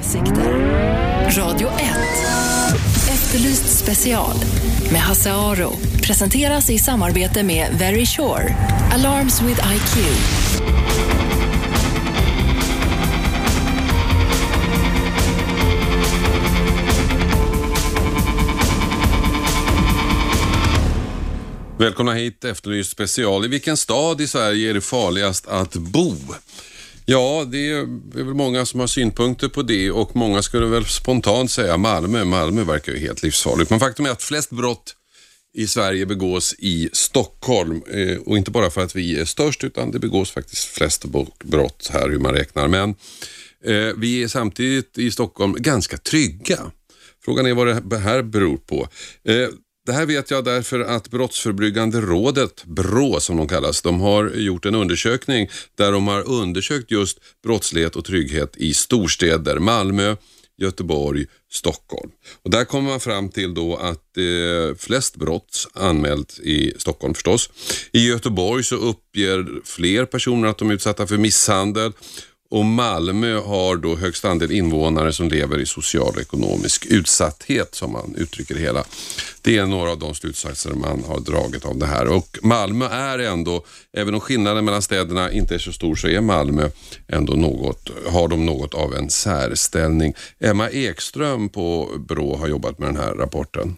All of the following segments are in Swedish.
åsikter. Radio 1. Efterlyst special med Hasse Aro presenteras i samarbete med Very Sure. Alarms with IQ. Välkomna hit, Efterlyst special. I vilken stad i Sverige är det farligast att bo? Ja, det är väl många som har synpunkter på det och många skulle väl spontant säga Malmö. Malmö verkar ju helt livsfarligt. Men faktum är att flest brott i Sverige begås i Stockholm. Och inte bara för att vi är störst, utan det begås faktiskt flest brott här hur man räknar. Men vi är samtidigt i Stockholm ganska trygga. Frågan är vad det här beror på. Det här vet jag därför att Brottsförebyggande rådet, BRÅ som de kallas, de har gjort en undersökning där de har undersökt just brottslighet och trygghet i storstäder, Malmö, Göteborg, Stockholm. Och där kommer man fram till då att flest brott anmält i Stockholm förstås. I Göteborg så uppger fler personer att de är utsatta för misshandel. Och Malmö har då högst andel invånare som lever i social och ekonomisk utsatthet som man uttrycker det hela. Det är några av de slutsatser man har dragit av det här. Och Malmö är ändå, även om skillnaden mellan städerna inte är så stor så är Malmö ändå har de något av en särställning. Emma Ekström på BRÅ har jobbat med den här rapporten.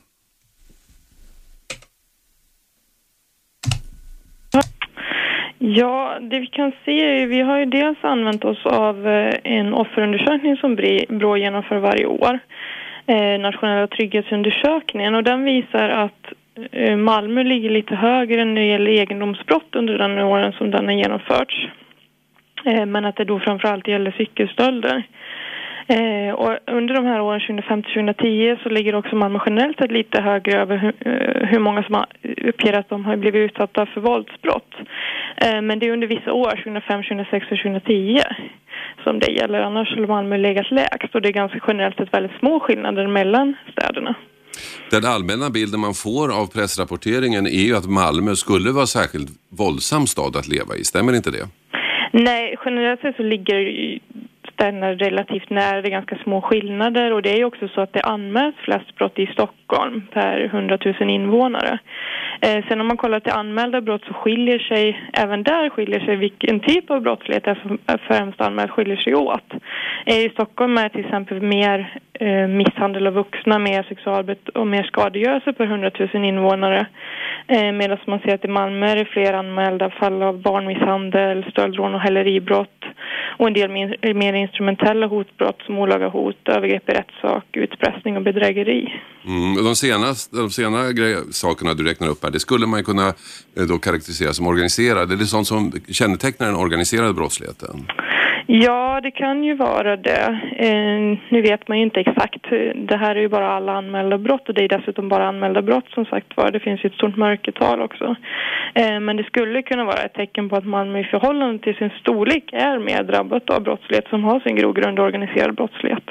Ja, det vi kan se är vi har ju dels använt oss av en offerundersökning som BRÅ genomför varje år. Nationella trygghetsundersökningen, och den visar att Malmö ligger lite högre när det gäller egendomsbrott under den åren som den har genomförts. Men att det då framförallt gäller cykelstölder. Och under de här åren 2005-2010 så ligger också Malmö generellt sett lite högre över hur många som uppger att de har blivit utsatta för våldsbrott. Men det är under vissa år, 2005, 2006 och 2010 som det gäller. Annars har Malmö legat lägst och det är ganska generellt sett väldigt små skillnader mellan städerna. Den allmänna bilden man får av pressrapporteringen är ju att Malmö skulle vara särskilt våldsam stad att leva i. Stämmer inte det? Nej, generellt sett så ligger städerna relativt nära, det är ganska små skillnader och det är ju också så att det anmäls flest brott i Stockholm per 100 000 invånare. Sen om man kollar till anmälda brott så skiljer sig vilken typ av brottslighet som främst anmäls skiljer sig åt. I Stockholm är till exempel mer misshandel av vuxna, mer sexualbrott och mer skadegörelse per 100 000 invånare. Medan man ser att i Malmö är det fler anmälda fall av barnmisshandel, stöldrån och häleribrott och en del mer instrumentella hotbrott som olaga hot, övergrepp i rättssak, utpressning och bedrägeri. De senare sakerna du räknar upp här, det skulle man kunna då karaktärisera som organiserad. Är det sånt som kännetecknar den organiserade brottsligheten? Ja, det kan ju vara det. Nu vet man ju inte exakt. Det här är ju bara alla anmälda brott och det är dessutom bara anmälda brott som sagt var. Det finns ju ett stort mörkertal också. Men det skulle kunna vara ett tecken på att Malmö i förhållande till sin storlek är mer drabbat av brottslighet som har sin grogrund organiserad brottslighet.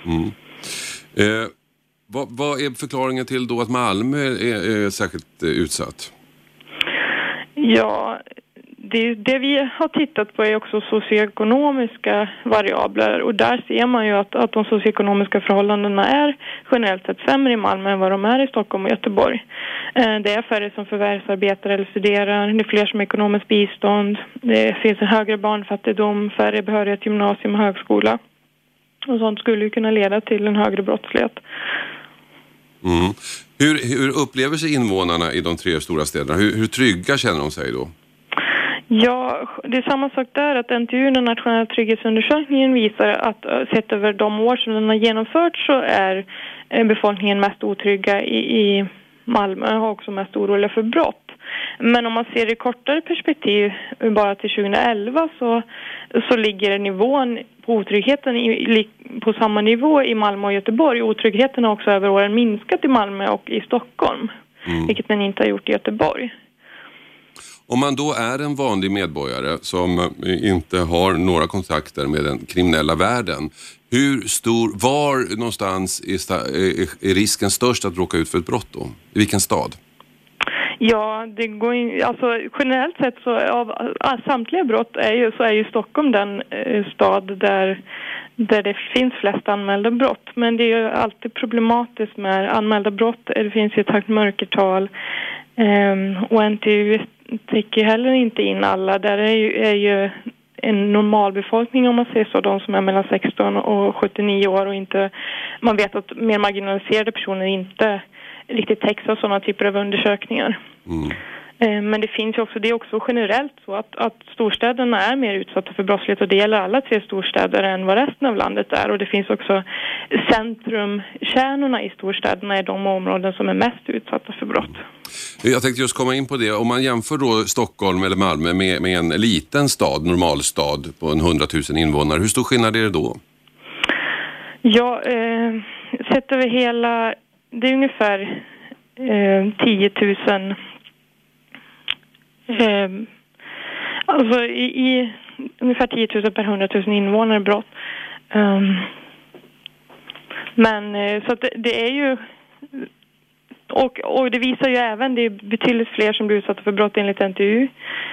Vad är förklaringen till då att Malmö är särskilt utsatt? Ja, det vi har tittat på är också socioekonomiska variabler och där ser man ju att de socioekonomiska förhållandena är generellt sett sämre i Malmö än vad de är i Stockholm och Göteborg. Det är färre som förvärvsarbetar eller studerar, det är fler som har ekonomiskt bistånd, det finns en högre barnfattigdom, färre behörighet till gymnasium och högskola. Och sånt skulle ju kunna leda till en högre brottslighet. Hur upplever sig invånarna i de 3 stora städerna? Hur trygga känner de sig då? Ja, det är samma sak där att intervjun och nationella trygghetsundersökningen visar att sett över de år som den har genomförts så är befolkningen mest otrygga i Malmö och också mest oroliga för brott. Men om man ser det i kortare perspektiv bara till 2011 så ligger nivån på otryggheten på samma nivå i Malmö och Göteborg. Otryggheten har också över åren minskat i Malmö och i Stockholm, vilket den inte har gjort i Göteborg. Om man då är en vanlig medborgare som inte har några kontakter med den kriminella världen, var någonstans är risken störst att råka ut för ett brott då? I vilken stad? Ja, det går in, alltså generellt sett så av samtliga brott är ju Stockholm den stad där det finns flest anmälda brott. Men det är ju alltid problematiskt med anmälda brott. Det finns ju ett högt mörkertal och NTU täcker heller inte in alla. Där är ju en normalbefolkning, om man säger så, de som är mellan 16 och 79 år och inte, man vet att mer marginaliserade personer inte riktigt täcks av sådana typer av undersökningar. Men det finns ju också, det är också generellt så att storstäderna är mer utsatta för brottslighet, och det gäller alla 3 storstäder än vad resten av landet är. Och det finns också centrumkärnorna i storstäderna är de områden som är mest utsatta för brott. Jag tänkte just komma in på det. Om man jämför då Stockholm eller Malmö med en liten stad, normalstad på 100 000 invånare, hur stor skillnad är det då? Ja, sett över hela, det är ungefär 10 000. Alltså i ungefär 10 000 per 100 000 invånare brott. Men så att det är ju, och det visar ju även, det är betydligt fler som blir utsatta för brott enligt NTU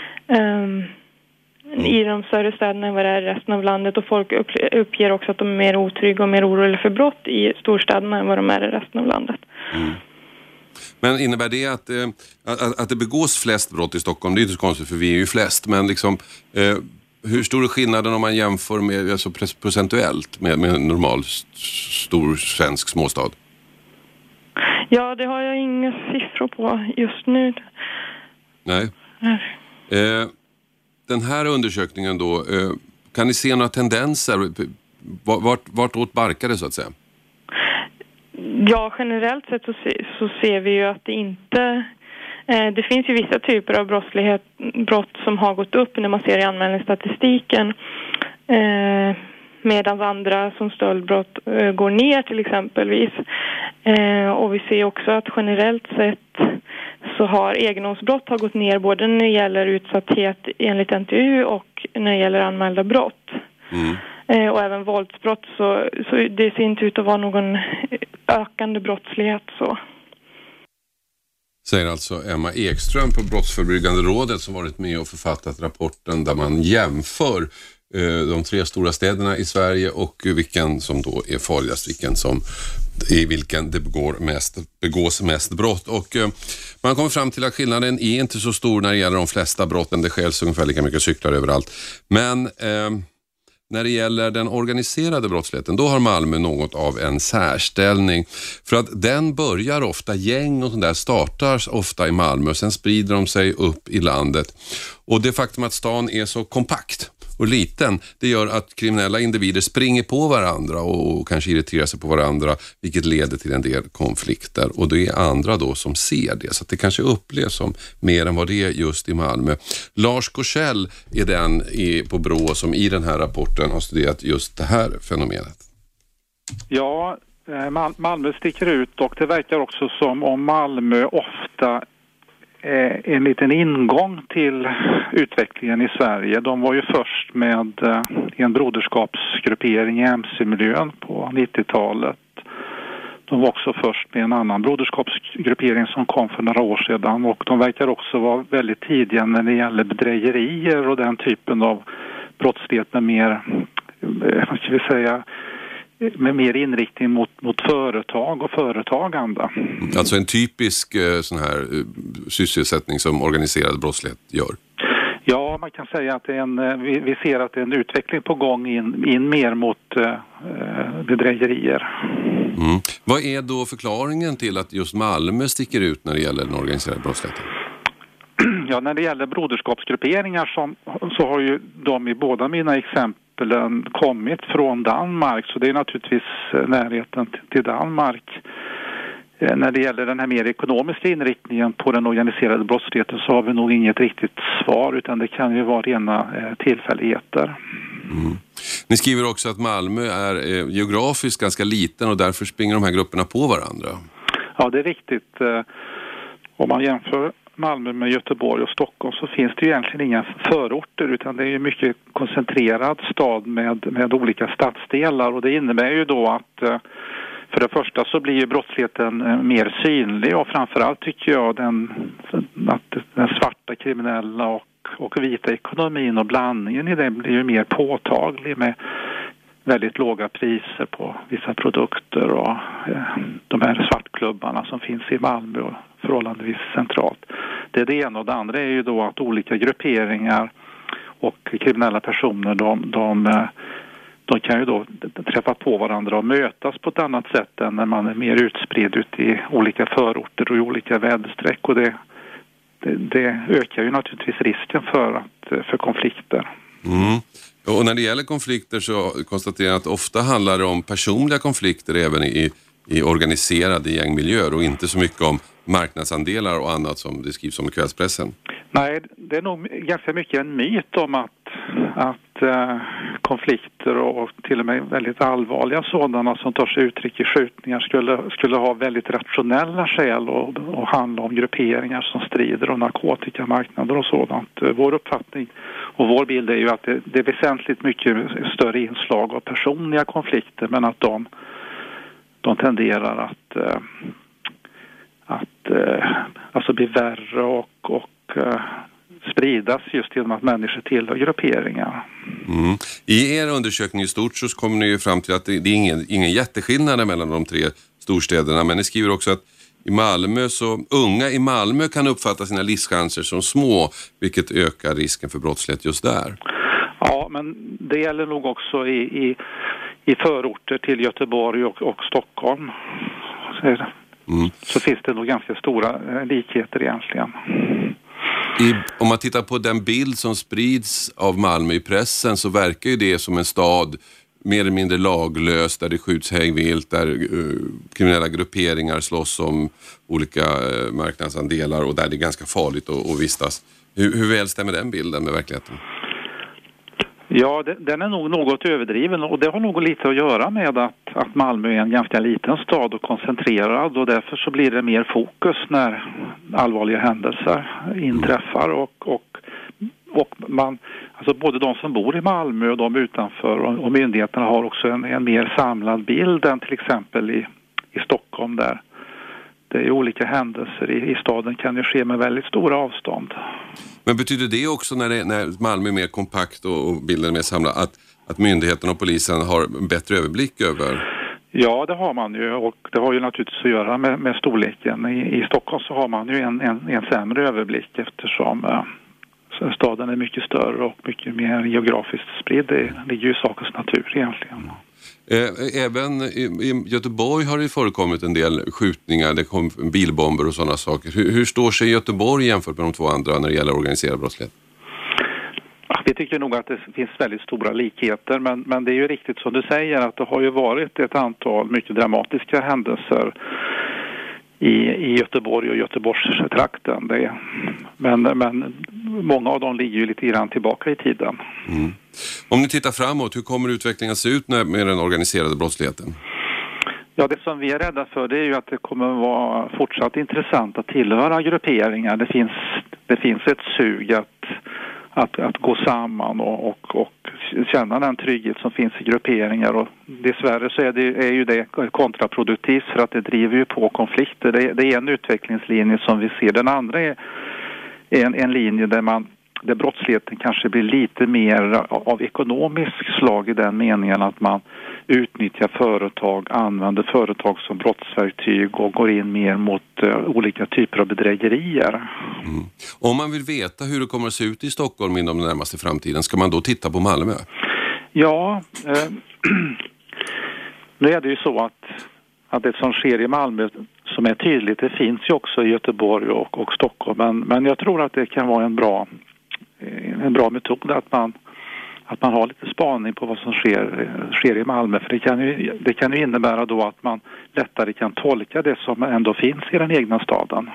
i de större städerna än vad det är i resten av landet, och folk uppger också att de är mer otrygga och mer oroliga för brott i storstäderna än vad de är i resten av landet. Men innebär det att det begås flest brott i Stockholm? Det är inte så konstigt, för vi är ju flest. Men liksom, hur stor är skillnaden om man jämför med, alltså procentuellt med en normal stor svensk småstad? Ja, det har jag inga siffror på just nu. Nej. Den här undersökningen då, kan ni se några tendenser? Vartåt barkar det så att säga? Ja, generellt sett så ser vi ju att det inte... det finns ju vissa typer av brott som har gått upp när man ser i anmälningsstatistiken. Medan andra som stöldbrott går ner till exempelvis. Och vi ser också att generellt sett så har egendomsbrott har gått ner både när det gäller utsatthet enligt NTU och när det gäller anmälda brott. Och även våldsbrott, så det ser inte ut att vara någon ökande brottslighet så. Säger alltså Emma Ekström på Brottsförebyggande rådet, som varit med och författat rapporten där man jämför de 3 stora städerna i Sverige och vilken som då är farligast, i vilken det begås mest brott. Och man kommer fram till att skillnaden är inte så stor när det gäller de flesta brotten. Det skäls ungefär lika mycket cyklar överallt. Men när det gäller den organiserade brottsligheten, då har Malmö något av en särställning. För att den börjar ofta, gäng och sånt där startar ofta i Malmö och sen sprider de sig upp i landet. Och det faktum att stan är så kompakt och liten, det gör att kriminella individer springer på varandra och kanske irriterar sig på varandra, vilket leder till en del konflikter. Och det är andra då som ser det, så att det kanske upplevs som mer än vad det är just i Malmö. Lars Korsell är den på BRÅ som i den här rapporten har studerat just det här fenomenet. Ja, Malmö sticker ut, och det verkar också som om Malmö ofta en liten ingång till utvecklingen i Sverige. De var ju först med en broderskapsgruppering i MC-miljön på 90-talet. De var också först med en annan broderskapsgruppering som kom för några år sedan, och de verkar också vara väldigt tidiga när det gäller bedrägerier och den typen av brottslighet med mer, vad ska vi säga, med mer inriktning mot företag och företagande. Alltså en typisk sån här sysselsättning som organiserad brottslighet gör? Ja, man kan säga att vi ser att det är en utveckling på gång in mer mot bedrägerier. Vad är då förklaringen till att just Malmö sticker ut när det gäller den organiserade brottsligheten? Ja, när det gäller broderskapsgrupperingar så har ju de i båda mina exempel kommit från Danmark, så det är naturligtvis närheten till Danmark. När det gäller den här mer ekonomiska inriktningen på den organiserade brottsligheten så har vi nog inget riktigt svar, utan det kan ju vara rena tillfälligheter. Ni skriver också att Malmö är geografiskt ganska liten och därför springer de här grupperna på varandra. Ja, det är riktigt. Om man jämför Malmö med Göteborg och Stockholm så finns det ju egentligen inga förorter, utan det är ju mycket koncentrerad stad med olika stadsdelar, och det innebär ju då att För det första så blir ju brottsligheten mer synlig och framförallt tycker jag att den svarta kriminella och vita ekonomin och blandningen i den blir ju mer påtaglig med väldigt låga priser på vissa produkter och de här svartklubbarna som finns i Malmö och förhållandevis centralt. Det är det ena, och det andra är ju då att olika grupperingar och kriminella personer de kan ju då träffa på varandra och mötas på ett annat sätt än när man är mer utspridd ut i olika förorter och i olika väderstreck, och det ökar ju naturligtvis risken för konflikter. Mm. Och när det gäller konflikter så konstaterar jag att ofta handlar det om personliga konflikter även i organiserade gängmiljöer och inte så mycket om marknadsandelar och annat som det skrivs om i kvällspressen. Nej, det är nog ganska mycket en myt om att konflikter och till och med väldigt allvarliga sådana som tar sig uttryck i skjutningar skulle ha väldigt rationella skäl och handla om grupperingar som strider om narkotikamarknader och sådant. Vår uppfattning och vår bild är ju att det är väsentligt mycket större inslag av personliga konflikter, men att de tenderar att bli värre och spridas just genom att människor tillhör grupperingar. Mm. I er undersökning i stort så kommer ni ju fram till att det är ingen jätteskillnad mellan de 3 storstäderna, men ni skriver också att unga i Malmö kan uppfatta sina livschanser som små, vilket ökar risken för brottslighet just där. Ja, men det gäller nog också i förorter till Göteborg och Stockholm. Så finns det nog ganska stora likheter egentligen. Om man tittar på den bild som sprids av Malmö i pressen så verkar ju det som en stad mer eller mindre laglös, där det skjuts hängvilt, där kriminella grupperingar slåss om olika marknadsandelar och där det är ganska farligt att vistas. Hur väl stämmer den bilden med verkligheten? Ja, den är nog något överdriven, och det har nog lite att göra med att Malmö är en ganska liten stad och koncentrerad, och därför så blir det mer fokus när allvarliga händelser inträffar och man, alltså både de som bor i Malmö och de utanför och myndigheterna har också en mer samlad bild än till exempel i Stockholm, där det är olika händelser i staden kan ju ske med väldigt stora avstånd. Men betyder det också när Malmö är mer kompakt och bilden är mer samlad att myndigheten och polisen har en bättre överblick över? Ja, det har man ju, och det har ju naturligtvis att göra med storleken. I Stockholm så har man ju en sämre överblick eftersom staden är mycket större och mycket mer geografiskt spridd. Det ligger ju i sakens natur egentligen. Även i Göteborg har det förekommit en del skjutningar, det kom bilbomber och sådana saker. Hur står sig Göteborg jämfört med de 2 andra när det gäller organiserad brottslighet? Vi tycker nog att det finns väldigt stora likheter, men det är ju riktigt som du säger att det har ju varit ett antal mycket dramatiska händelser i Göteborg och Göteborgstrakten. Men många av dem ligger ju lite grann tillbaka i tiden. Mm. Om ni tittar framåt, hur kommer utvecklingen att se ut med den organiserade brottsligheten? Ja, det som vi är rädda för det är ju att det kommer att vara fortsatt intressant att tillhöra grupperingar. Det finns ett sug att gå samman och känna den trygghet som finns i grupperingar, och dessvärre så är ju det kontraproduktivt för att det driver ju på konflikter. Det är en utvecklingslinje som vi ser. Den andra är en linje där brottsligheten kanske blir lite mer av ekonomisk slag i den meningen att man utnyttjar företag, använder företag som brottsverktyg och går in mer mot olika typer av bedrägerier. Mm. Om man vill veta hur det kommer att se ut i Stockholm inom den närmaste framtiden, ska man då titta på Malmö? Ja, nu är det ju så att det som sker i Malmö som är tydligt, det finns ju också i Göteborg och Stockholm, men jag tror att det kan vara en bra metod att man har lite spaning på vad som sker i Malmö, för det kan ju innebära då att man lättare kan tolka det som ändå finns i den egna staden.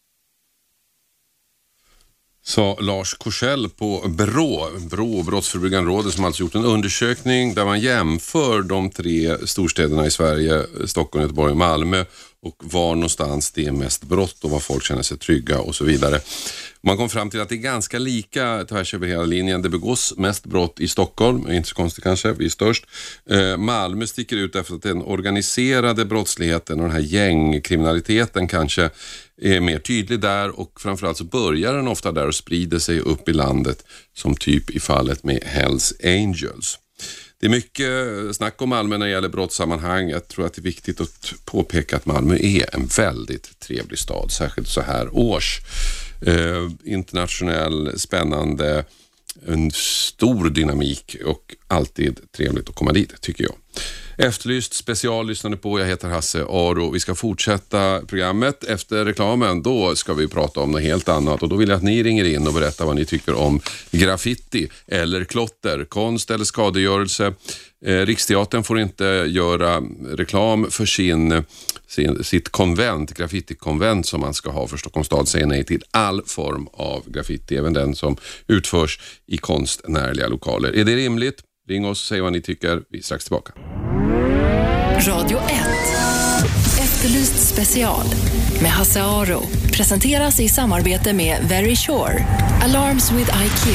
Sa Lars Korsell på BRÅ, Brottsförebyggande rådet, som alltså gjort en undersökning där man jämför de 3 storstäderna i Sverige, Stockholm, Göteborg och Malmö, och var någonstans det är mest brott och var folk känner sig trygga och så vidare. Man kom fram till att det är ganska lika tvärs över hela linjen. Det begås mest brott i Stockholm, inte så konstigt kanske, vi är störst. Malmö sticker ut därför att den organiserade brottsligheten och den här gängkriminaliteten kanske är mer tydlig där, och framförallt så börjar den ofta där och sprider sig upp i landet, som typ i fallet med Hells Angels. Det är mycket snack om Malmö när det gäller brottssammanhang. Jag tror att det är viktigt att påpeka att Malmö är en väldigt trevlig stad, särskilt så här års. Internationell, spännande, en stor dynamik och alltid trevligt att komma dit, tycker jag. Efterlyst special lyssnade på. Jag heter Hasse Aro. Vi ska fortsätta programmet efter reklamen. Då ska vi prata om något helt annat, och då vill jag att ni ringer in och berättar vad ni tycker om graffiti eller klotter, konst eller skadegörelse. Riksteatern får inte göra reklam för sitt konvent, graffitikonvent som man ska ha, för Stockholms stad säger nej till all form av graffiti, även den som utförs i konstnärliga lokaler. Är det rimligt? Ring oss och säg vad ni tycker. Vi är strax tillbaka. Radio 1. Efterlyst special med Hasse Aro presenteras i samarbete med Very Sure. Alarms with IQ.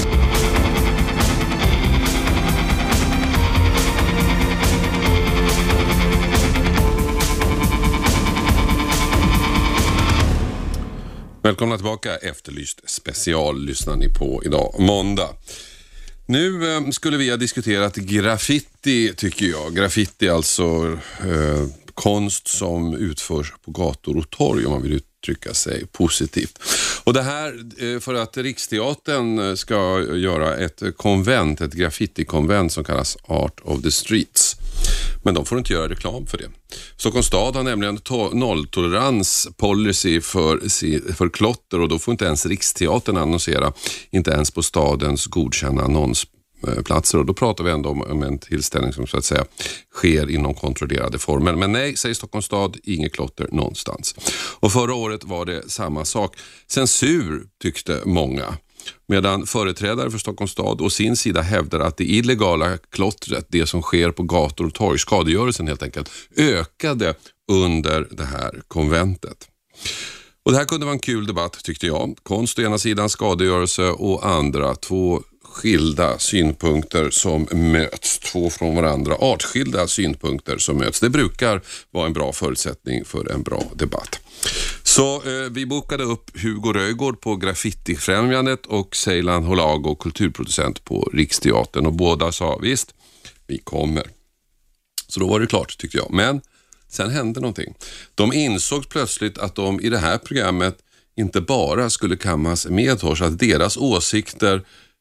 Välkomna tillbaka. Efterlyst special lyssnar ni på idag, måndag. Nu skulle vi ha diskuterat graffiti, tycker jag. Graffiti, alltså konst som utförs på gator och torg, om man vill uttrycka sig positivt. Och det här för att Riksteatern ska göra ett konvent, ett graffitikonvent som kallas Art of the Streets. Men de får inte göra reklam för det. Stockholms stad har nämligen nolltolerans policy för klotter, och då får inte ens Riksteatern annonsera, inte ens på stadens godkända annonsplatser. Och då pratar vi ändå om en tillställning som så att säga sker inom kontrollerade former. Men nej, säger Stockholms stad, inget klotter någonstans. Och förra året var det samma sak. Censur, tyckte många. Medan företrädare för Stockholms stad och sin sida hävdar att det illegala klottret, det som sker på gator och torg, skadegörelsen helt enkelt, ökade under det här konventet. Och det här kunde vara en kul debatt, tyckte jag. Konst å ena sidan, skadegörelse och andra, två skilda synpunkter som möts, två från varandra artskilda synpunkter som möts. Det brukar vara en bra förutsättning för en bra debatt. Så vi bokade upp Hugo Röjgård på Graffitifrämjandet och Ceylan Holago, kulturproducent på Riksteatern, och båda sa visst, vi kommer. Så då var det klart, tyckte jag. Men sen hände någonting. De insåg plötsligt att de i det här programmet inte bara skulle kammas medhårs, att deras åsikter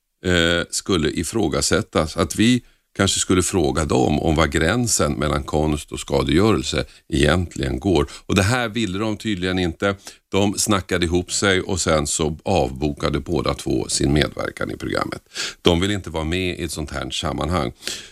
skulle ifrågasättas, att vi kanske skulle fråga dem om vad gränsen mellan konst och skadegörelse egentligen går. Och det här ville de tydligen inte. De snackade ihop sig och sen så avbokade båda två sin medverkan i programmet. De vill inte vara med i ett sånt här sammanhang.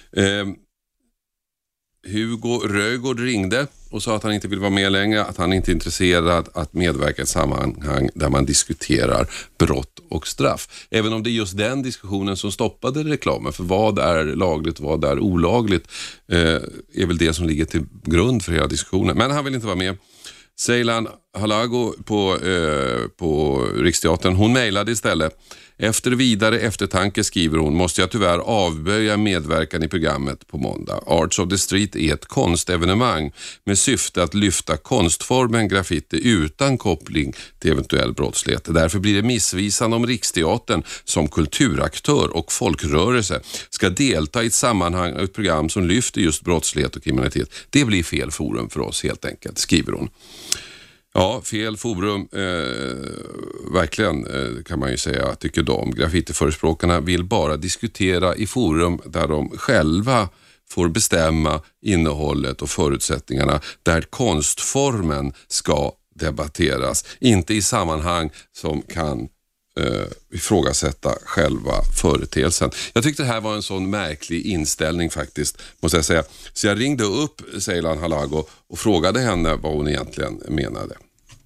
Hugo Röjgård ringde och sa att han inte vill vara med längre, att han inte är intresserad att medverka i ett sammanhang där man diskuterar brott och straff. Även om det är just den diskussionen som stoppade reklamen, för vad är lagligt, vad är olagligt, är väl det som ligger till grund för hela diskussionen. Men han vill inte vara med. Ceylan Holago på Riksteatern, hon mejlade istället. Efter vidare eftertanke, skriver hon, måste jag tyvärr avböja medverkan i programmet på måndag. Arts of the Street är ett konstevenemang med syfte att lyfta konstformen graffiti utan koppling till eventuell brottslighet. Därför blir det missvisande om Riksteatern som kulturaktör och folkrörelse ska delta i ett sammanhang och ett program som lyfter just brottslighet och kriminalitet. Det blir fel forum för oss helt enkelt, skriver hon. Ja, fel forum, verkligen kan man ju säga, tycker de. Graffitiförespråkarna vill bara diskutera i forum där de själva får bestämma innehållet och förutsättningarna, där konstformen ska debatteras, inte i sammanhang som kan ifrågasätta själva företeelsen. Jag tyckte det här var en sån märklig inställning faktiskt, måste jag säga. Så jag ringde upp Ceylan Holago och frågade henne vad hon egentligen menade.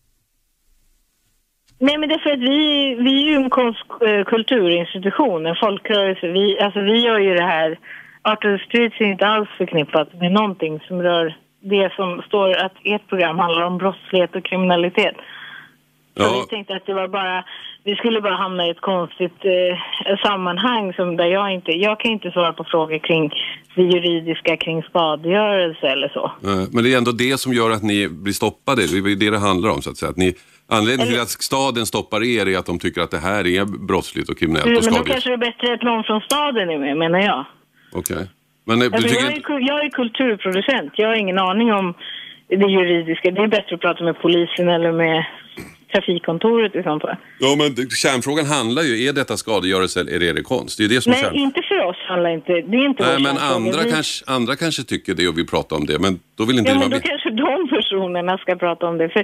Nej, men det är för att vi är ju en kulturinstitution, en folkrörelse. Vi gör ju det här. Art of the Streets är inte alls förknippat med någonting som rör det som står att ert program handlar om brottslighet och kriminalitet. Så vi tänkte att det var bara, vi skulle bara hamna i ett konstigt sammanhang som där jag kan inte svara på frågor kring det juridiska, kring skadegörelse eller så. Men det är ändå det som gör att ni blir stoppade. Det är det handlar om så att säga. Att anledningen till att staden stoppar er är att de tycker att det här är brottsligt och kriminellt och skadligt. Men då kanske det är bättre att någon från staden är med, menar jag. Okej. Men jag är kulturproducent. Jag har ingen aning om det juridiska. Det är bättre att prata med polisen eller med trafikkontoret i sånt fall. Ja, men kärnfrågan handlar ju, är detta skadegörelse eller är det konst? Det är det som nej, inte för oss handlar inte. Det är inte. Nej, men andra kanske tycker det och vill prata om det, men då vill inte men då kanske de personerna ska prata om det. För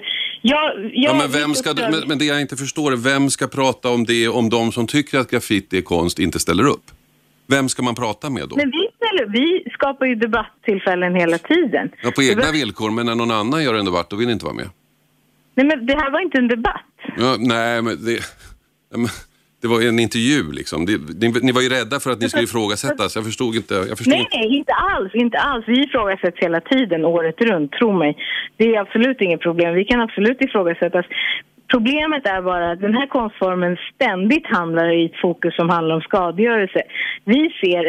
men det jag inte förstår är, vem ska prata om det om de som tycker att graffiti är konst inte ställer upp? Vem ska man prata med då? Men vi skapar ju debatttillfällen hela tiden. Ja, på egna villkor, men när någon annan gör en debatt, då vill ni inte vara med. Nej, men det här var inte en debatt. Ja, nej, men det var en intervju liksom. Ni var ju rädda för att ni skulle ifrågasättas. Jag förstod inte. Nej, inte alls. Vi ifrågasätts hela tiden, året runt, tro mig. Det är absolut inget problem. Vi kan absolut ifrågasättas. Problemet är bara att den här konstformen ständigt handlar i ett fokus som handlar om skadegörelse. Vi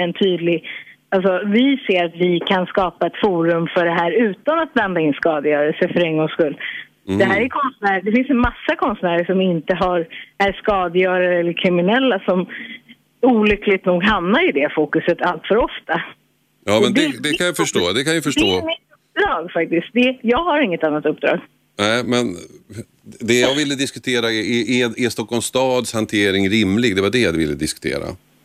ser att vi kan skapa ett forum för det här utan att blanda in skadegörelse för en gångs skull. Det här är konstnärer. Det finns en massa konstnärer som inte är skadegörare eller kriminella som olyckligt nog hamnar i det fokuset allt för ofta. Ja, men det kan jag förstå. Det kan jag förstå. Det är mitt uppdrag faktiskt. Jag har inget annat uppdrag. Nej, men det jag ville diskutera är Stockholms stads hantering rimlig? Det var det jag ville diskutera.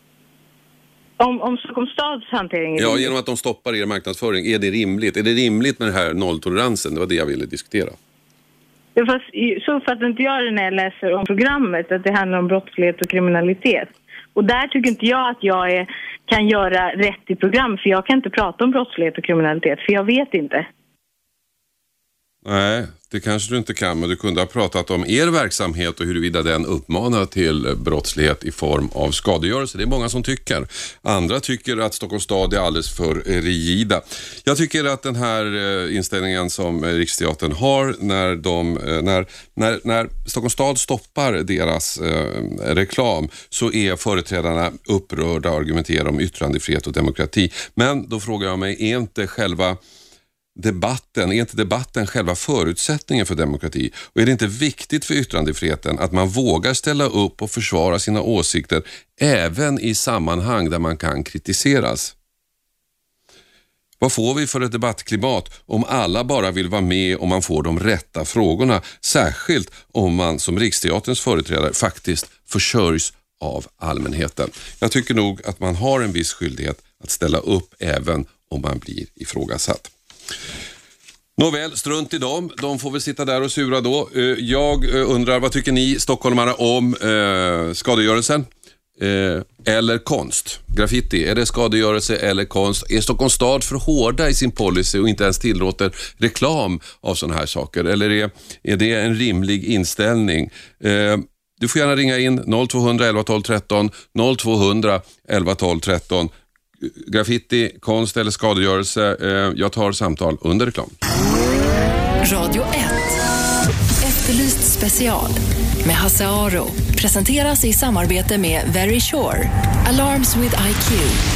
Om Stockholms stads hantering är rimlig? Ja, genom att de stoppar er marknadsföring. Är det rimligt? Är det rimligt med den här nolltoleransen? Det var det jag ville diskutera. Fast så uppfattar inte jag det när jag läser om programmet, att det handlar om brottslighet och kriminalitet. Och där tycker inte jag att jag kan göra rätt i program, för jag kan inte prata om brottslighet och kriminalitet, för jag vet inte. Nej, det kanske du inte kan, men du kunde ha pratat om er verksamhet och huruvida den uppmanar till brottslighet i form av skadegörelse. Det är många som tycker. Andra tycker att Stockholms stad är alldeles för rigida. Jag tycker att den här inställningen som Riksteatern har när Stockholms stad stoppar deras reklam, så är företrädarna upprörda och argumenterar om yttrandefrihet och demokrati. Men då frågar jag mig, är inte debatten själva förutsättningen för demokrati? Och är det inte viktigt för yttrandefriheten att man vågar ställa upp och försvara sina åsikter även i sammanhang där man kan kritiseras? Vad får vi för ett debattklimat om alla bara vill vara med och man får de rätta frågorna? Särskilt om man som Riksteaterns företrädare faktiskt försörjs av allmänheten. Jag tycker nog att man har en viss skyldighet att ställa upp även om man blir ifrågasatt. Nåväl, strunt i dem. De får väl sitta där och sura då. Jag undrar, vad tycker ni stockholmare om skadegörelsen? Eller konst? Graffiti, är det skadegörelse eller konst? Är Stockholms stad för hårda i sin policy och inte ens tillåter reklam av sådana här saker? Eller är det en rimlig inställning? Du får gärna ringa in 0200 11 12 13, 0200 11 12 13. Graffiti, konst eller skadegörelse. Jag tar samtal under reklam. Radio 1. Efterlyst special med Hasse Aro. Presenteras i samarbete med Very Sure. Alarms with IQ.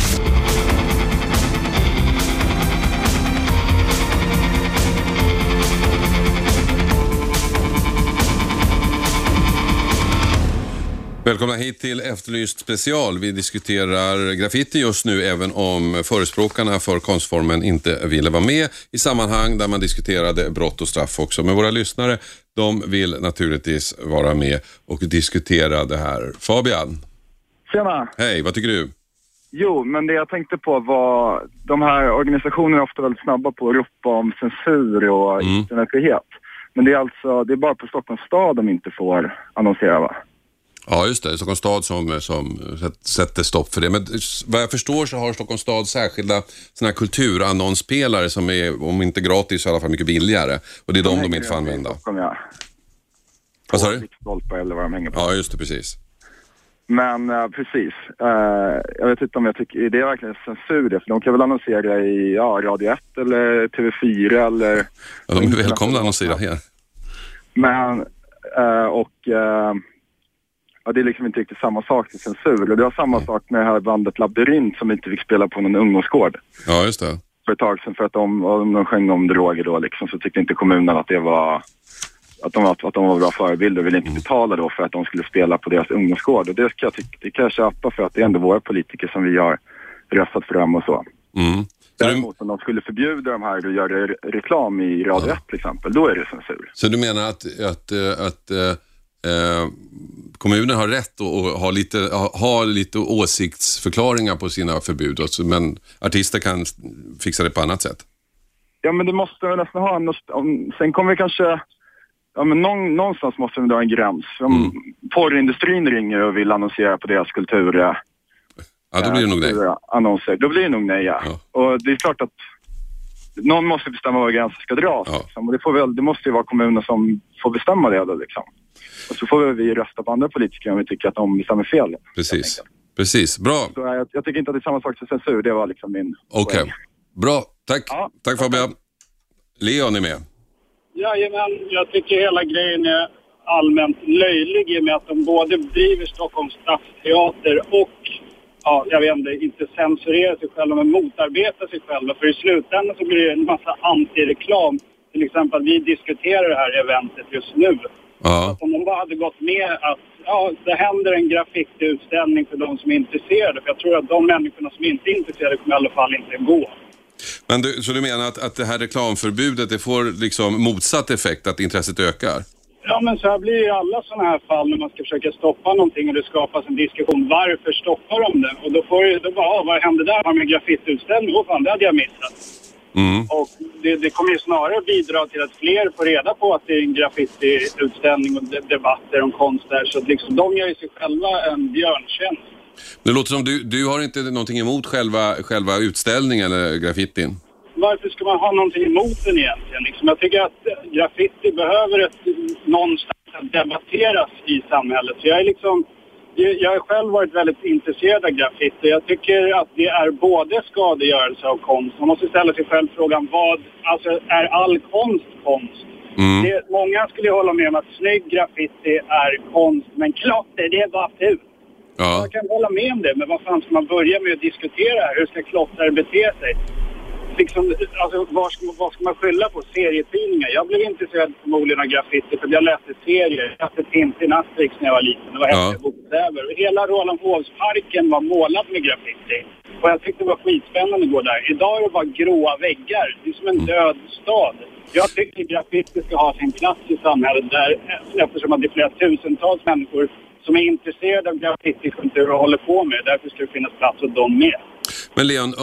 Välkomna hit till Efterlyst special. Vi diskuterar graffiti just nu, även om förespråkarna för konstformen inte ville vara med i sammanhang där man diskuterade brott och straff också. Men våra lyssnare, de vill naturligtvis vara med och diskutera det här. Fabian. Tjena. Hej, vad tycker du? Jo, men det jag tänkte på var, de här organisationerna är ofta väldigt snabba på att ropa om censur och yttrandefrihet. Men det är bara på Stockholms stad de inte får annonsera, va? Ja, just det. Stockholms stad som sätter stopp för det. Men vad jag förstår så har Stockholms stad särskilda såna här kulturannonsspelare som är, om inte gratis, så i alla fall mycket billigare. Och det är de inte får använda. Stockholm, ja. Vad sa du? Stolpar eller vad de hänger på. Ja, just det, precis. Men precis, jag vet inte om jag tycker, det är verkligen censur det, för de kan väl annonsera i Radio 1 eller TV4 eller... Ja, de är välkomna att annonsera här. Men, det är liksom inte riktigt samma sak till censur. Och det var samma sak med det här bandet Labyrint som inte fick spela på någon ungdomsgård. Ja, just det. För ett tag sedan, för att de sjöng om droger då liksom, så tyckte inte kommunen att det var... Att de var bra förebilder och ville inte betala då för att de skulle spela på deras ungdomsgård. Och det kan jag köpa, för att det är ändå våra politiker som vi har röstat fram och så. Däremot om de skulle förbjuda de här och göra reklam i Radio 1 till exempel, då är det censur. Så du menar att kommunen har rätt att ha lite åsiktsförklaringar på sina förbud, men artister kan fixa det på annat sätt? Ja, men det måste vi nästan ha. Sen kommer vi kanske... Ja, men någonstans måste vi dra en gräns. Om porrindustrin ringer och vill annonsera på deras kultur... Ja, då blir det nog nej. Annonser. Då blir det nog nej, ja. Och det är klart att någon måste bestämma var gränsen ska dras. Ja. Liksom. Och det måste ju vara kommunen som får bestämma det då, liksom. Och så får vi rösta på andra politiker om vi tycker att de bestämmer fel. Precis. Bra. Så jag tycker inte att det är samma sak som censur. Det var liksom min poäng. Bra. Tack. Ja, tack Fabian. Leon är med. Jajamän, jag tycker hela grejen är allmänt löjlig i och med att de både driver Stockholms stadsteater och, jag vet inte censurerar sig själva men motarbetar sig själva. För i slutändan så blir det en massa antireklam. Till exempel vi diskuterar det här eventet just nu. Ja. Att om de bara hade gått med att det händer en graffitiutställning för de som är intresserade. För jag tror att de människorna som inte är intresserade kommer i alla fall inte gå. Men så du menar att det här reklamförbudet, det får liksom motsatt effekt, att intresset ökar? Ja, men så här blir det i alla sådana här fall när man ska försöka stoppa någonting och det skapas en diskussion. Varför stoppar de det? Och då vad hände där? Har med graffitiutställning? Fan, det hade jag missat. Och det kommer ju snarare bidra till att fler får reda på att det är en graffitiutställning och debatter om konst där. Så liksom, de gör ju sig själva en björntjänst. Det låter som du har inte någonting emot själva utställningen eller graffitin. Varför ska man ha någonting emot den egentligen? Liksom, jag tycker att graffiti behöver någonstans att debatteras i samhället. Så jag har själv varit väldigt intresserad av graffiti. Jag tycker att det är både skadegörelse av konst. Man måste ställa sig själv frågan, är all konst konst? Många skulle hålla med om att snygg graffiti är konst, men klotter, det är bara fult. Ja. Jag kan hålla med om det, men vad fan ska man börja med att diskutera här? Hur ska klottrare bete sig? Liksom, vad ska man skylla på? Serietidningar. Jag blev intresserad förmodligen av graffiti för jag läste serier. Jag läste Tintin Asterix när jag var liten. Det var häftiga bokstäver. Hela Rålambshovsparken var målad med graffiti. Och jag tyckte det var skitspännande att gå där. Idag är det bara gråa väggar. Det är som en död stad. Jag tycker att graffiti ska ha sin plats i samhället där, eftersom att det är flera tusentals människor som är intresserade av graffitikultur och håller på med. Därför ska det finnas plats åt dem med. Men Leon,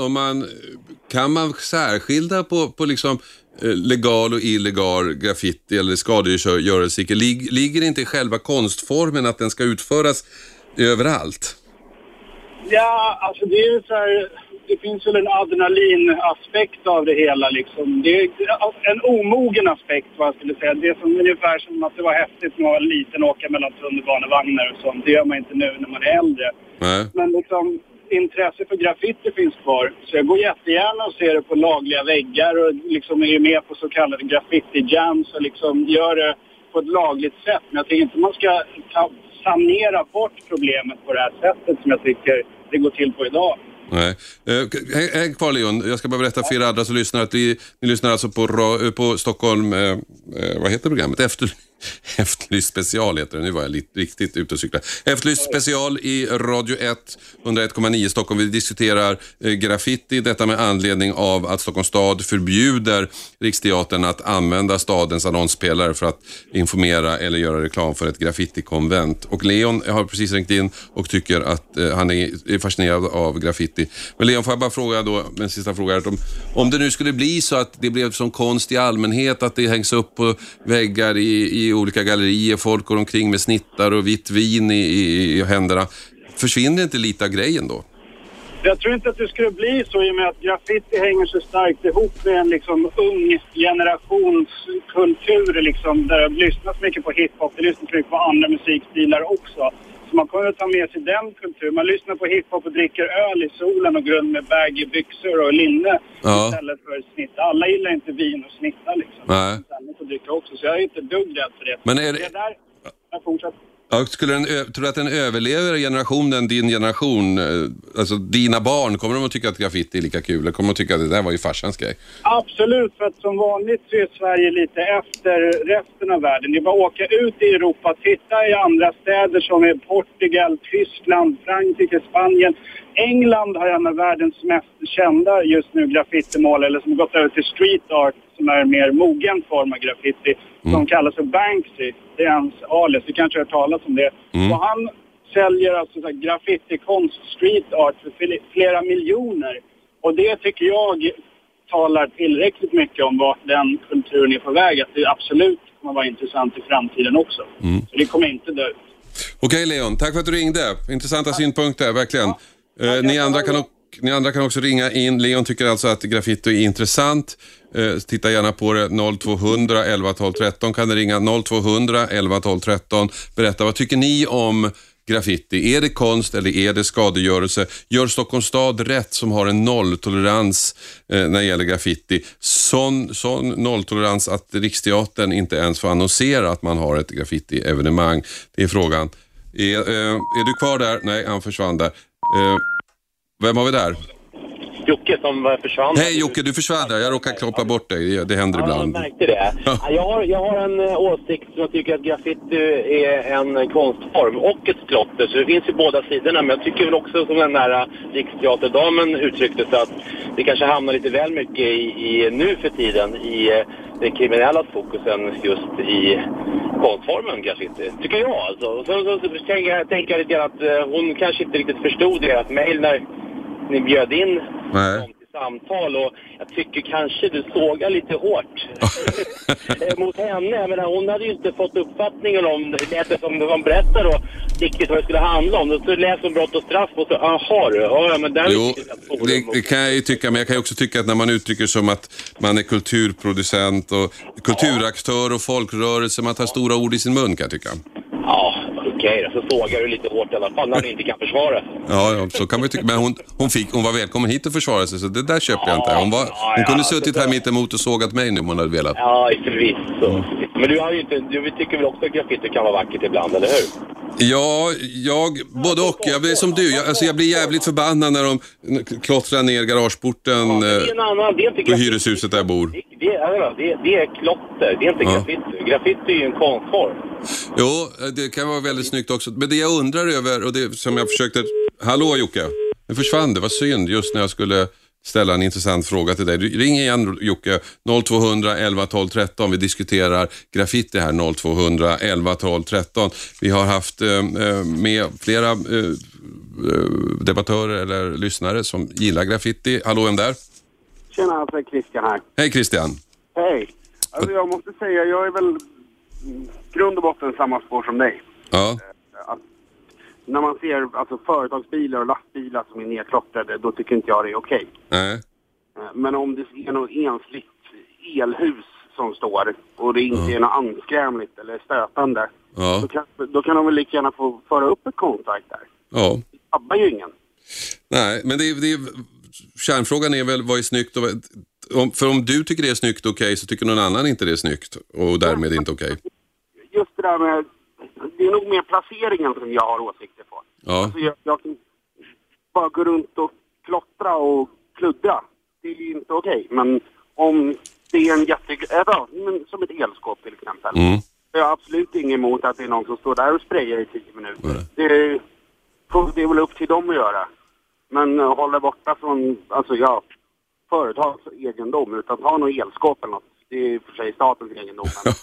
kan man särskilja på liksom legal och illegal graffiti eller skadegörelse? Ligger det inte i själva konstformen att den ska utföras överallt? Ja, alltså det är ju så här, det finns väl en adrenalinaspekt av det hela liksom. Det är en omogen aspekt, vad jag skulle säga. Det är som ungefär som att det var häftigt när man var liten och åka mellan tunnelbanevagnar och sånt. Det gör man inte nu när man är äldre. Nej. Men liksom intresse för graffiti finns kvar. Så jag går jättegärna och ser det på lagliga väggar och liksom är med på så kallade graffiti-jams och liksom gör det på ett lagligt sätt. Men jag tycker inte man ska sanera bort problemet på det här sättet som jag tycker det går till på idag. Nej. Häng kvar Leon, jag ska bara berätta för er andra som lyssnar att ni lyssnar alltså på Stockholm, vad heter programmet? Efterlyst special heter det, nu var jag riktigt ute och cykla. Efterlyst special i Radio 1, 101,9 Stockholm. Vi diskuterar graffiti, detta med anledning av att Stockholms stad förbjuder Riksteatern att använda stadens annonsspelare för att informera eller göra reklam för ett graffitikonvent. Och Leon har precis ringt in och tycker att han är fascinerad av graffiti. Men Leon, får jag bara fråga då, en sista fråga här, om det nu skulle bli så att det blev som konst i allmänhet, att det hängs upp på väggar i olika gallerier, folk går omkring med snittar och vitt vin i händerna, försvinner inte lite av grejen då? Jag tror inte att det skulle bli så i och med att graffiti hänger så starkt ihop med en liksom ung generationskultur liksom, där det lyssnas mycket på hiphop, det lyssnas mycket på andra musikstilar också. Så man kommer att ta med sig den kulturen. Man lyssnar på hiphop och dricker öl i solen och grund med baggy byxor och linne istället för snitta. Alla gillar inte vin och snitta liksom. Nej. Man får dricka också, så jag är inte dugg rädd för det. Men är det... Det där, jag fortsätter. Ja, tror du att den överlever generationen, din generation, alltså dina barn, kommer de att tycka att graffiti är lika kul? Eller kommer de att tycka att det där var ju farsans grej? Absolut, för att som vanligt så är Sverige lite efter resten av världen. Det är bara att åka ut i Europa, titta i andra städer som är Portugal, Tyskland, Frankrike, Spanien. England har en av världens mest kända just nu graffitimål, eller som har gått över till street art, som är en mer mogen form av graffiti, som kallas för Banksy. Det är hans alias, vi kanske har talat om det. Och han säljer alltså så här graffiti-konst, street art för flera miljoner. Och det tycker jag talar tillräckligt mycket om vart den kulturen är på väg, att det absolut kommer vara intressant i framtiden också. Så det kommer inte dö ut. Okej, Leon, tack för att du ringde. Intressanta synpunkter, verkligen. Ni andra kan också ringa in. Leon tycker alltså att graffiti är intressant. Titta gärna på det. 0200 11 12 13 kan ni ringa. 0200 11 12 13. Berätta, vad tycker ni om graffiti? Är det konst eller är det skadegörelse? Gör Stockholms stad rätt som har en nolltolerans när det gäller graffiti? Sån nolltolerans att Riksteatern inte ens får annonsera att man har ett graffiti-evenemang. Det är frågan. Är du kvar där? Nej, han försvann där. Vem har vi där? Jocke som försvann. Hej Jocke, du försvann där. Jag råkar kloppa bort dig. Det händer ibland. Jag märkte det. Jag har en åsikt som jag tycker att graffiti är en konstform och ett klotter. Så det finns ju båda sidorna. Men jag tycker väl också som den där Riksteaterdamen uttryckte så att det kanske hamnar lite väl mycket i nu för tiden i det kriminella fokusen just i konstformen graffiti. Tycker jag alltså. Och så tänker jag lite grann att hon kanske inte riktigt förstod deras mejl när ni bjöd in dem till samtal, och jag tycker kanske du sågar lite hårt mot henne. Men hon hade ju inte fått uppfattningen om det som de berättade då riktigt vad det skulle handla om. Så läser hon brott och straff och så, men där det kan jag ju tycka, men jag kan ju också tycka att när man uttrycker som att man är kulturproducent och kulturaktör och folkrörelse, man tar stora ord i sin mun, kan jag tycka. Ja, okej, så sågar du lite hårt i alla fall när du inte kan försvara sig. Ja, så kan man ju tycka. Men hon var välkommen hit och försvara sig, så det där köper jag inte. Hon kunde suttit här mitt emot och sågat mig nu om hon hade velat. Ja, förvisso. Men du tycker väl också att graffiti kan vara vackert ibland, eller hur? Ja, både och. Jag blir som du. Jag blir jävligt förbannad när de klottrar ner garageporten på hyreshuset där jag bor. Det är klotter, det är inte graffiti. Graffiti är ju en konstform. Jo, det kan vara väldigt snyggt också. Men det jag undrar över, och det som jag försökte... Hallå Jocke, det försvann, det var synd just när jag skulle ställa en intressant fråga till dig. Ring igen Jocke, 0200 11 12 13. Vi diskuterar graffiti här, 0200 11 12 13. Vi har haft med flera debattörer eller lyssnare som gillar graffiti. Hallå, vem där? Tjena, alltså Christian här. Hej Christian. Hej. Alltså jag måste säga, jag är väl grund och botten samma spår som dig. Ja. Att när man ser alltså, företagsbilar och lastbilar som är nedklottrade, då tycker inte jag det är okej. Nej. Men om det är något ensligt elhus som står och det inte är något anskrämligt eller stötande, då kan de väl lika gärna få föra upp ett konstverk där. Ja. Det tabbar ju ingen. Nej, men kärnfrågan är väl vad är snyggt och för om du tycker det är snyggt okej, så tycker någon annan inte det är snyggt och därmed inte okej. Just det där med, det är nog mer placeringen som jag har åsikter på. Ja. Alltså jag kan bara gå runt och klottra och kluddra. Det är inte okej. Men om det är en som ett elskåp till exempel. Jag har absolut inget emot att det är någon som står där och sprayar i 10 minuter. Det är väl upp till dem att göra. Men hålla borta från företags egendom, utan ta någon elskåp eller något. Det är för sig statens egendom.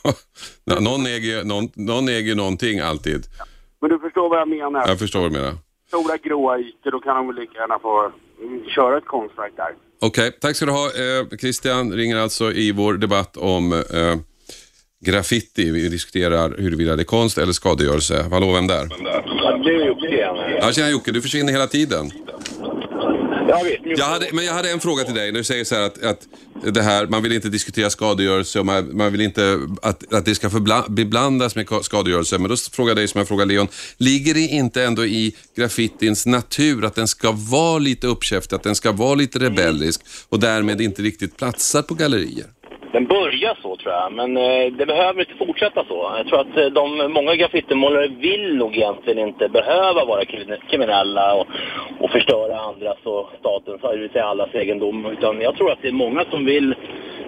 någon äger någonting alltid. Ja. Men du förstår vad jag menar. Jag förstår vad du menar. Stora gråa ytor, då kan de väl lika gärna få köra ett konstverk där. Okej, tack ska du ha. Christian ringer alltså i vår debatt om graffiti. Vi diskuterar huruvida det är konst eller skadegörelse. Hallå, vem där? Ja, det är Jocke igen. Ja, tjena Jocke, du försvinner hela tiden. Ja, visst. Jag hade en fråga till dig. Du säger så här att det här, man vill inte diskutera skadegörelse och man vill inte att det ska beblandas med skadegörelse. Men då frågar jag dig som jag frågar Leon, ligger det inte ändå i graffitins natur att den ska vara lite uppkäftig, att den ska vara lite rebellisk och därmed inte riktigt platsar på gallerier? Den börjar så, tror jag, men det behöver inte fortsätta så. Jag tror att många graffitimålare vill nog egentligen inte behöva vara kriminella och förstöra andras och statens, det vill säga allas egendom. Utan jag tror att det är många som vill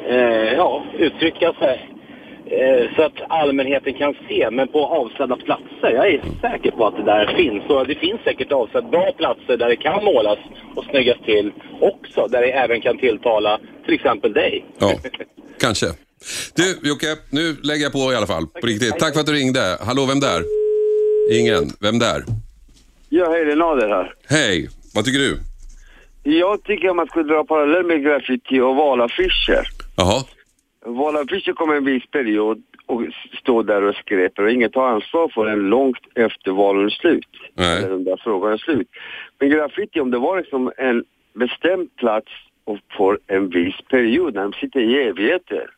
uttrycka sig så att allmänheten kan se, men på avsedda platser. Jag är säker på att det där finns. Och det finns säkert avsedda bra platser där det kan målas och snyggas till också, där det även kan tilltala till exempel dig. Ja. Kanske. Du, Jocke, nu lägger jag på i alla fall. På riktigt. Tack för att du ringde. Hallå, vem där? Ingen. Vem där? Ja, hej, det är Nader här. Hej. Vad tycker du? Jag tycker att man skulle dra parallell med graffiti och valaffischer. Jaha. Valaffischer kommer en viss period och står där och skräper och inget tar ansvar för den långt efter valens slut. Nej. Eller den där frågan är slut. Men graffiti, om det var liksom en bestämd plats och för en viss period när de sitter i evigheter.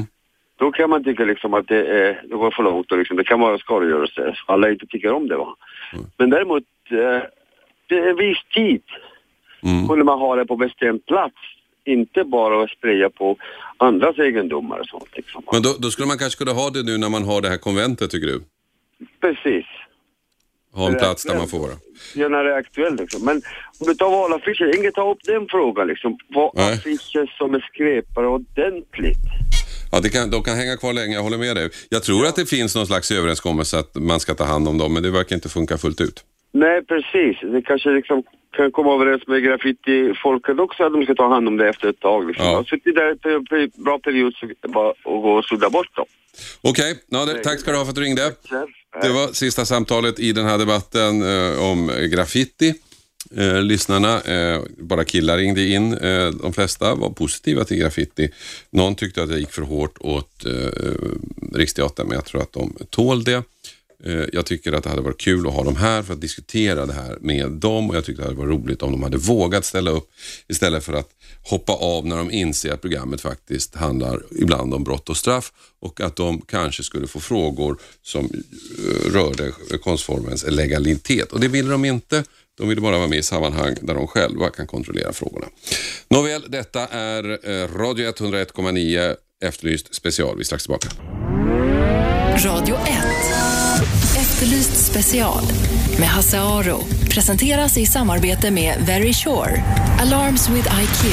Då kan man tycka liksom att det går för långt och liksom, det kan vara skadegörelse. Alla inte tycker om det, va? Men däremot det är en viss tid kunde man ha det på bestämd plats. Inte bara att spraya på andras egendomar och sånt liksom. Men då skulle man kanske kunna ha det nu när man har det här konventet, tycker du? Precis. Ha en plats där man får vara. Ja, när det är aktuellt liksom. Men om du tar valaffischer, ingen tar upp den frågan liksom. Vad affischer som är skräpare ordentligt. Ja, de kan hänga kvar länge, jag håller med dig. Jag tror att det finns någon slags överenskommelse att man ska ta hand om dem, men det verkar inte funka fullt ut. Nej, precis. Det kanske liksom kan komma överens med graffiti-folket också att de ska ta hand om det efter ett tag. Liksom. Ja. Så det där är en bra period så bara att gå och sudda bort dem. Okej, tack ska du ha för att du ringde. Det var sista samtalet i den här debatten om graffiti. Lyssnarna, bara killar ringde in. De flesta var positiva till graffiti. Någon tyckte att jag gick för hårt åt Riksteatern, men jag tror att de tål det. Jag tycker att det hade varit kul att ha dem här för att diskutera det här med dem, och jag tycker att det hade varit roligt om de hade vågat ställa upp istället för att hoppa av när de inser att programmet faktiskt handlar ibland om brott och straff, och att de kanske skulle få frågor som rörde konstformens legalitet, och det ville de inte. De ville bara vara med i sammanhang där de själva kan kontrollera frågorna. Nåväl, detta är Radio 101,9 Efterlyst special. Vi är strax tillbaka. Radio 1. Efterlyst special med Hasse Aro presenteras i samarbete med Very Sure. Alarms with IQ.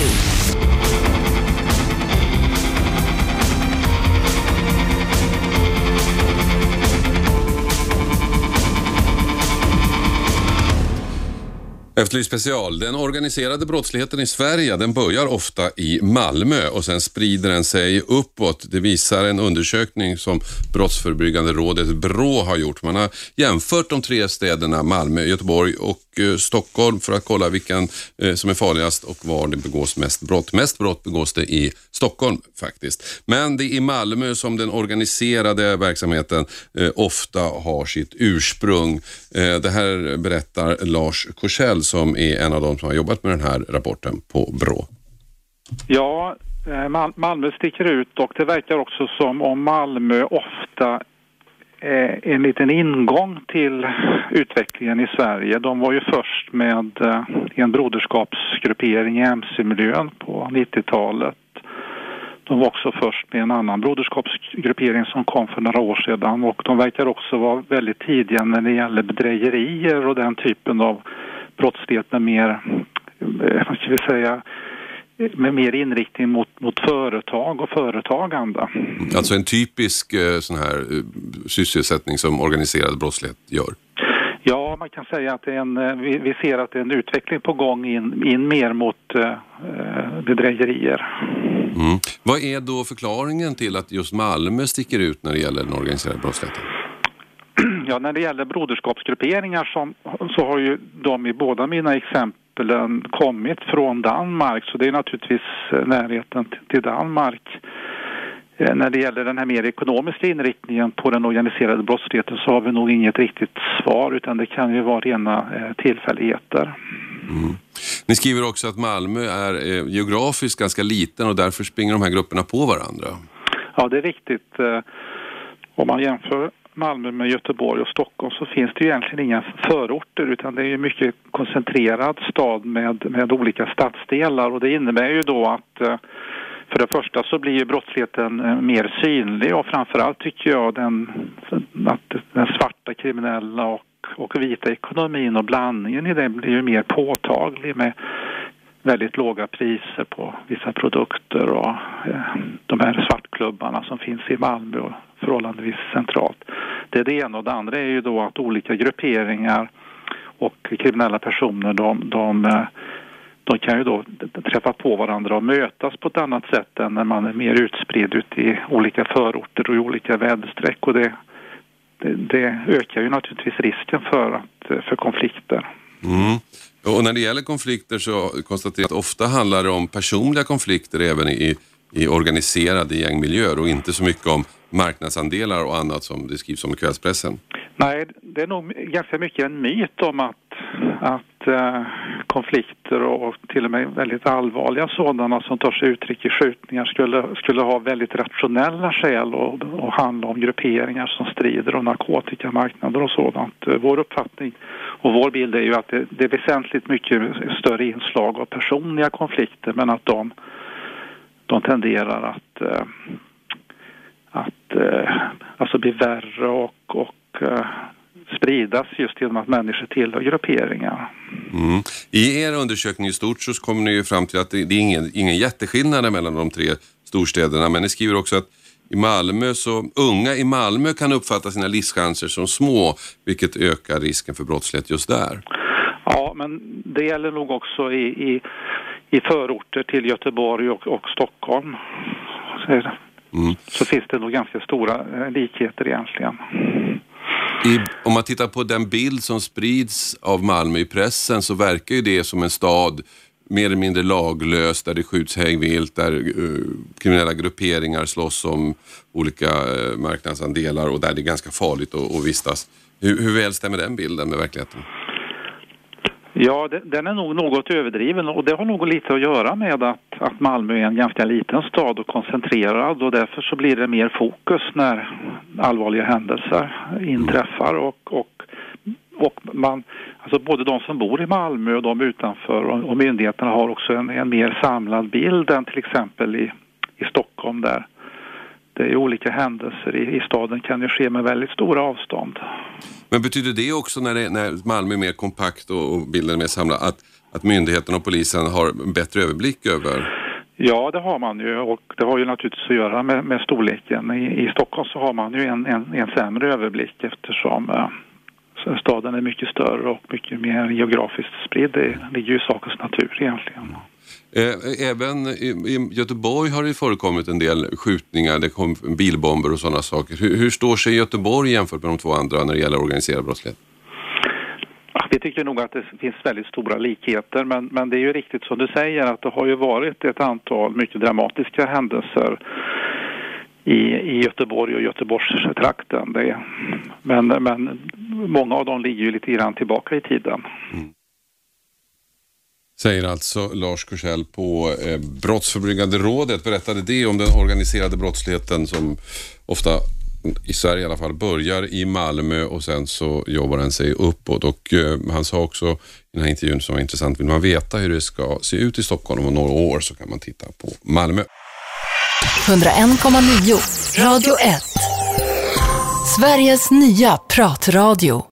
Efterlyst special. Den organiserade brottsligheten i Sverige, den börjar ofta i Malmö och sen sprider den sig uppåt. Det visar en undersökning som Brottsförebyggande rådet BRÅ har gjort. Man har jämfört de tre städerna Malmö, Göteborg och Stockholm för att kolla vilken som är farligast och var det begås mest brott. Mest brott begås det i Stockholm faktiskt. Men det är i Malmö som den organiserade verksamheten ofta har sitt ursprung. Det här berättar Lars Korsell som är en av de som har jobbat med den här rapporten på BRÅ. Ja, Malmö sticker ut, och det verkar också som om Malmö ofta är en liten ingång till utvecklingen i Sverige. De var ju först med en broderskapsgruppering i MC-miljön på 90-talet. De var också först med en annan broderskapsgruppering som kom för några år sedan, och de verkar också vara väldigt tidiga när det gäller bedrägerier och den typen av brottslighet med mer, vad ska vi säga, med mer inriktning mot företag och företagande. Alltså en typisk sån här sysselsättning som organiserad brottslighet gör? Ja, man kan säga att det är vi ser att det är en utveckling på gång in mer mot bedrägerier. Mm. Vad är då förklaringen till att just Malmö sticker ut när det gäller den organiserade brottsligheten? Ja, när det gäller broderskapsgrupperingar så har ju de i båda mina exemplen kommit från Danmark, så det är naturligtvis närheten till Danmark. När det gäller den här mer ekonomiska inriktningen på den organiserade brottsligheten så har vi nog inget riktigt svar, utan det kan ju vara rena tillfälligheter. Mm. Ni skriver också att Malmö är geografiskt ganska liten och därför springer de här grupperna på varandra. Ja, det är riktigt. Om man jämför Malmö med Göteborg och Stockholm så finns det ju egentligen inga förorter, utan det är ju mycket koncentrerad stad med olika stadsdelar, och det innebär ju då att för det första så blir ju brottsligheten mer synlig, och framförallt tycker jag att den svarta kriminella och vita ekonomin och blandningen i det blir ju mer påtaglig med väldigt låga priser på vissa produkter och de här svartklubbarna som finns i Malmö och förhållandevis centralt. Det är det ena, och det andra är ju då att olika grupperingar och kriminella personer de kan ju då träffa på varandra och mötas på ett annat sätt än när man är mer utspridd ut i olika förorter och i olika väderstreck, och det ökar ju naturligtvis risken för konflikter. Mm. Och när det gäller konflikter så konstaterar jag att ofta handlar det om personliga konflikter även i organiserade gängmiljöer och inte så mycket om marknadsandelar och annat som det skrivs om i kvällspressen. Nej, det är nog ganska mycket en myt om att konflikter och till och med väldigt allvarliga sådana som tar sig uttryck i skjutningar skulle ha väldigt rationella skäl och handla om grupperingar som strider om narkotikamarknader och sådant. Vår uppfattning och vår bild är ju att det är väsentligt mycket större inslag av personliga konflikter, men att de tenderar att bli värre och spridas just genom att människor tillhör grupperingar. Mm. I er undersökning i stort så kommer ni ju fram till att det är ingen jätteskillnad mellan de tre storstäderna, men ni skriver också att unga i Malmö kan uppfatta sina livschanser som små, vilket ökar risken för brottslighet just där. Ja, men det gäller nog också i förorter till Göteborg och Stockholm. Så finns det nog ganska stora likheter egentligen. Om man tittar på den bild som sprids av Malmö i pressen så verkar ju det som en stad mer eller mindre laglös, där det skjuts hängvilt, där kriminella grupperingar slåss om olika marknadsandelar och där det är ganska farligt att vistas. Hur väl stämmer den bilden med verkligheten? Ja, den är nog något överdriven, och det har nog lite att göra med att Malmö är en ganska liten stad och koncentrerad, och därför så blir det mer fokus när allvarliga händelser inträffar och man, alltså både de som bor i Malmö och de utanför och myndigheterna har också en mer samlad bild än till exempel i Stockholm, där det är olika händelser i staden kan ju ske med väldigt stora avstånd. Men betyder det också när Malmö är mer kompakt och bilden är mer samlad att myndigheten och polisen har en bättre överblick över? Ja, det har man ju, och det har ju naturligtvis att göra med storleken. I Stockholm så har man ju en sämre överblick eftersom staden är mycket större och mycket mer geografiskt spridd. Det ligger ju i sakens natur egentligen. Även i Göteborg har det förekommit en del skjutningar, det kom bilbomber och sådana saker. Hur står sig Göteborg jämfört med de två andra när det gäller organiserad brottslighet? Vi tycker nog att det finns väldigt stora likheter, men det är ju riktigt som du säger att det har ju varit ett antal mycket dramatiska händelser i Göteborg och Göteborgstrakten. Men många av dem ligger ju lite grann tillbaka i tiden. Mm. Säger alltså Lars Korsell på Brottsförebyggande rådet, berättade det om den organiserade brottsligheten som ofta i Sverige i alla fall börjar i Malmö och sen så jobbar den sig uppåt, och han sa också i den här intervjun som var intressant, vill man veta hur det ska se ut i Stockholm om några år så kan man titta på Malmö. 101,9 Radio 1 Sveriges nya pratradio.